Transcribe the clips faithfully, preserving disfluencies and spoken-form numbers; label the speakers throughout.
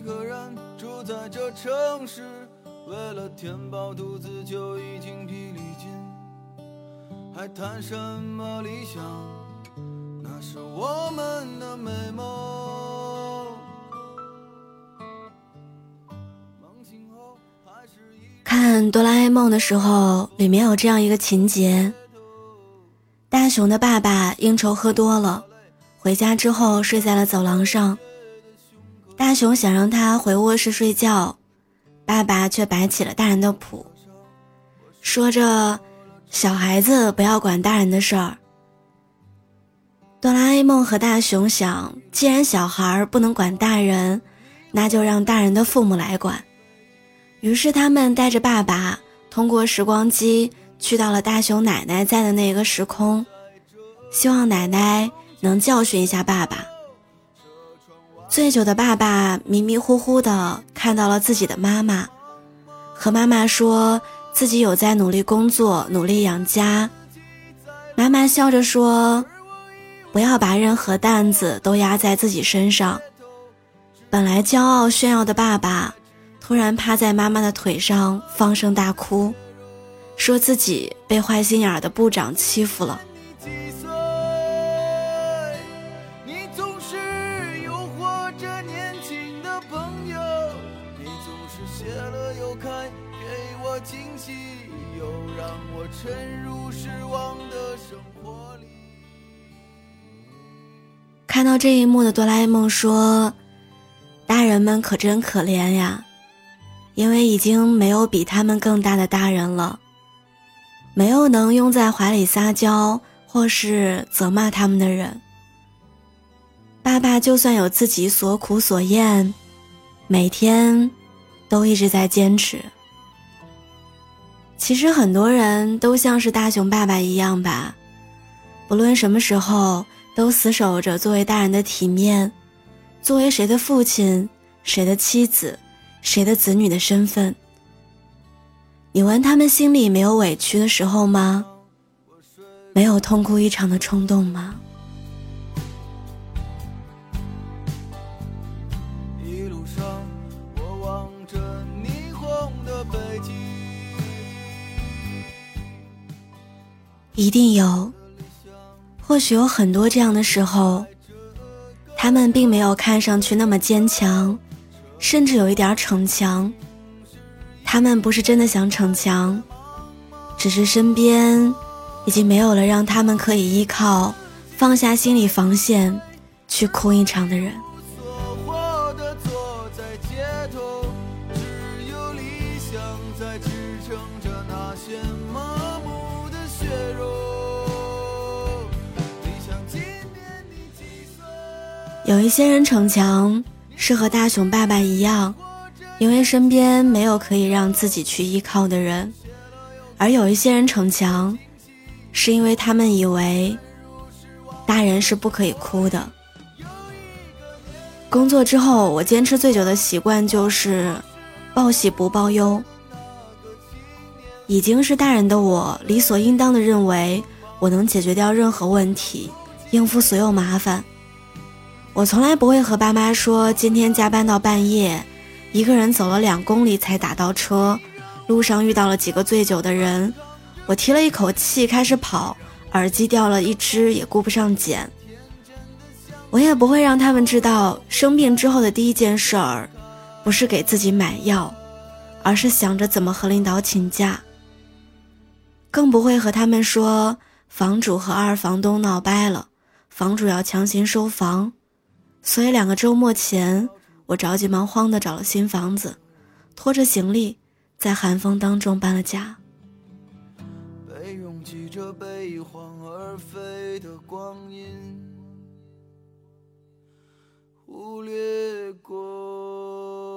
Speaker 1: 个人住在这城市，为了填饱肚子就已经疲力尽，还谈什么理想？那是我们的美梦。
Speaker 2: 看哆啦 A 梦的时候，里面有这样一个情节，大雄的爸爸应酬喝多了，回家之后睡在了走廊上。大雄想让他回卧室睡觉，爸爸却摆起了大人的谱，说着小孩子不要管大人的事儿。哆啦 A 梦和大雄想，既然小孩不能管大人，那就让大人的父母来管。于是他们带着爸爸通过时光机去到了大雄奶奶在的那个时空，希望奶奶能教训一下爸爸。醉酒的爸爸迷迷糊糊地看到了自己的妈妈，和妈妈说自己有在努力工作，努力养家。妈妈笑着说，不要把任何担子都压在自己身上。本来骄傲炫耀的爸爸突然趴在妈妈的腿上放声大哭，说自己被坏心眼的部长欺负了。
Speaker 1: 你总是诱惑着年轻的朋友，你总是谢了又开，给我惊喜，又让我沉入失望的生活里。
Speaker 2: 看到这一幕的哆啦 A 梦说，大人们可真可怜呀，因为已经没有比他们更大的大人了，没有能拥在怀里撒娇或是责骂他们的人。爸爸就算有自己所苦所厌，每天都一直在坚持。其实很多人都像是大雄爸爸一样吧，不论什么时候都死守着作为大人的体面，作为谁的父亲，谁的妻子，谁的子女的身份。你问他们心里没有委屈的时候吗？没有痛哭一场的冲动吗？
Speaker 1: 一路上我望着霓虹的北极，
Speaker 2: 一定有，或许有很多这样的时候，他们并没有看上去那么坚强，甚至有一点逞强。他们不是真的想逞强，只是身边已经没有了让他们可以依靠，放下心理防线去哭一场的人。
Speaker 1: 只有理想在支撑着那些麻木的血肉。
Speaker 2: 有一些人逞强是和大雄爸爸一样，因为身边没有可以让自己去依靠的人，而有一些人逞强是因为他们以为大人是不可以哭的。工作之后，我坚持最久的习惯就是报喜不报忧。已经是大人的我，理所应当地认为我能解决掉任何问题，应付所有麻烦。我从来不会和爸妈说今天加班到半夜，一个人走了两公里才打到车，路上遇到了几个醉酒的人，我提了一口气开始跑，耳机掉了一只也顾不上捡。我也不会让他们知道生病之后的第一件事儿不是给自己买药，而是想着怎么和领导请假。更不会和他们说房主和二房东闹掰了，房主要强行收房，所以两个周末前我着急忙慌地找了新房子，拖着行李在寒风当中搬了家。
Speaker 1: 被拥挤着被晃而飞的光阴忽略过。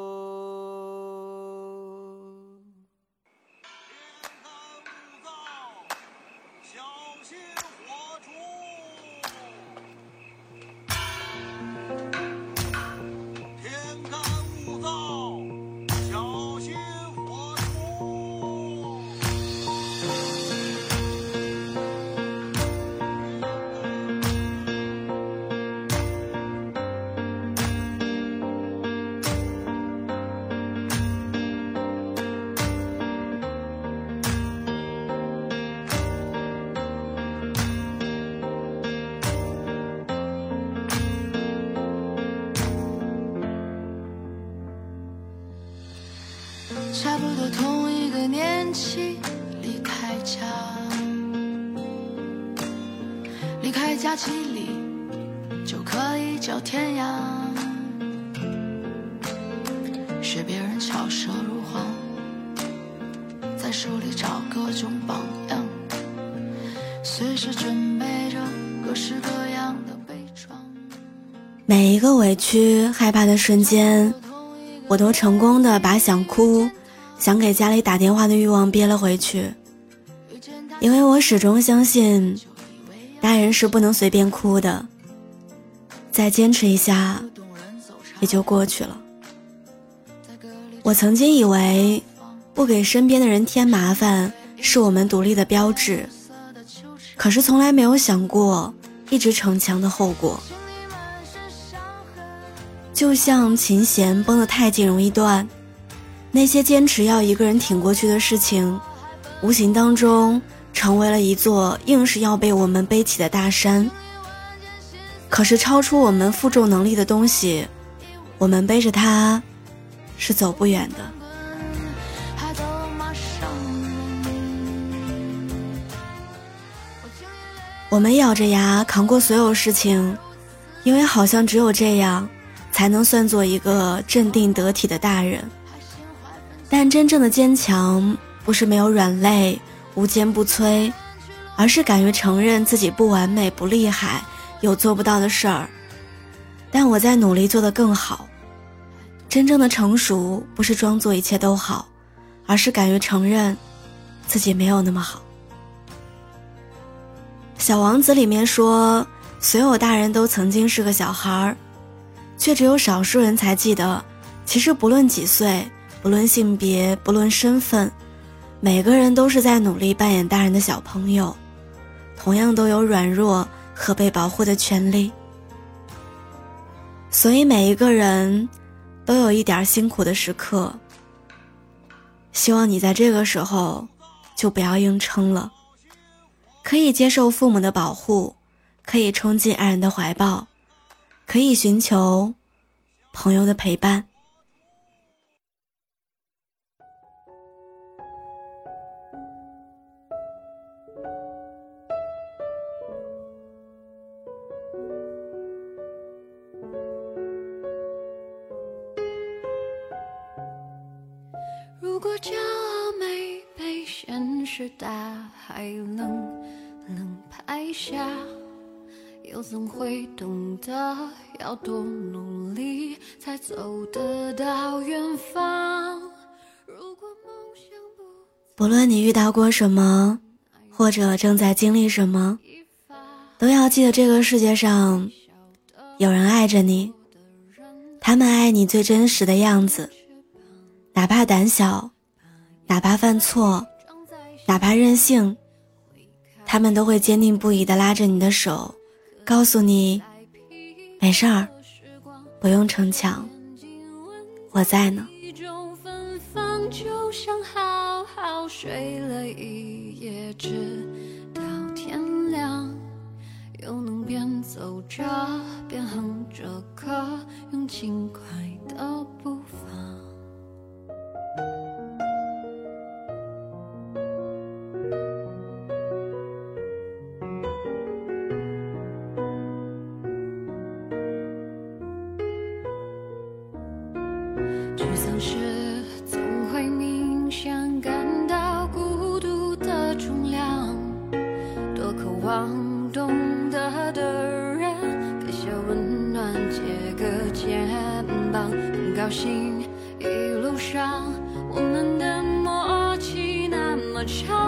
Speaker 3: 天气离开家，离开假期里就可以叫天涯，学别人巧舌如簧，在书里找各种榜样，随时准备着各式各样的悲怆。
Speaker 2: 每一个委屈害怕的瞬间，我都成功的把想哭想给家里打电话的欲望憋了回去，因为我始终相信大人是不能随便哭的，再坚持一下也就过去了。我曾经以为不给身边的人添麻烦是我们独立的标志，可是从来没有想过一直逞强的后果。就像琴弦绷得太紧容易断，那些坚持要一个人挺过去的事情，无形当中成为了一座硬是要被我们背起的大山。可是超出我们负重能力的东西，我们背着它是走不远的。我们咬着牙扛过所有事情，因为好像只有这样才能算作一个镇定得体的大人。但真正的坚强不是没有软肋无坚不摧，而是敢于承认自己不完美不厉害有做不到的事儿，但我在努力做得更好。真正的成熟不是装作一切都好，而是敢于承认自己没有那么好。小王子里面说，所有大人都曾经是个小孩，却只有少数人才记得，其实不论几岁，不论性别，不论身份，每个人都是在努力扮演大人的小朋友，同样都有软弱和被保护的权利。所以每一个人都有一点辛苦的时刻，希望你在这个时候就不要硬撑了，可以接受父母的保护，可以冲进爱人的怀抱，可以寻求朋友的陪伴。
Speaker 3: 如果骄傲没被现实大海冷冷拍下，又怎会懂得要多努力才走得到远方？如果梦想不
Speaker 2: 不论你遇到过什么，或者正在经历什么，都要记得这个世界上有人爱着你，他们爱你最真实的样子，哪怕胆小，哪怕犯错，哪怕任性，他们都会坚定不移地拉着你的手，告诉你没事儿，不用逞强，我在呢。
Speaker 3: 一种芬芳，就像好好睡了一夜，直到天亮，又能边走着边哼着歌，用轻快的步伐。沮丧时总会明显感到孤独的重量，多渴望懂得的人给些温暖，借个肩膀，很高兴一路上我们的默契那么长。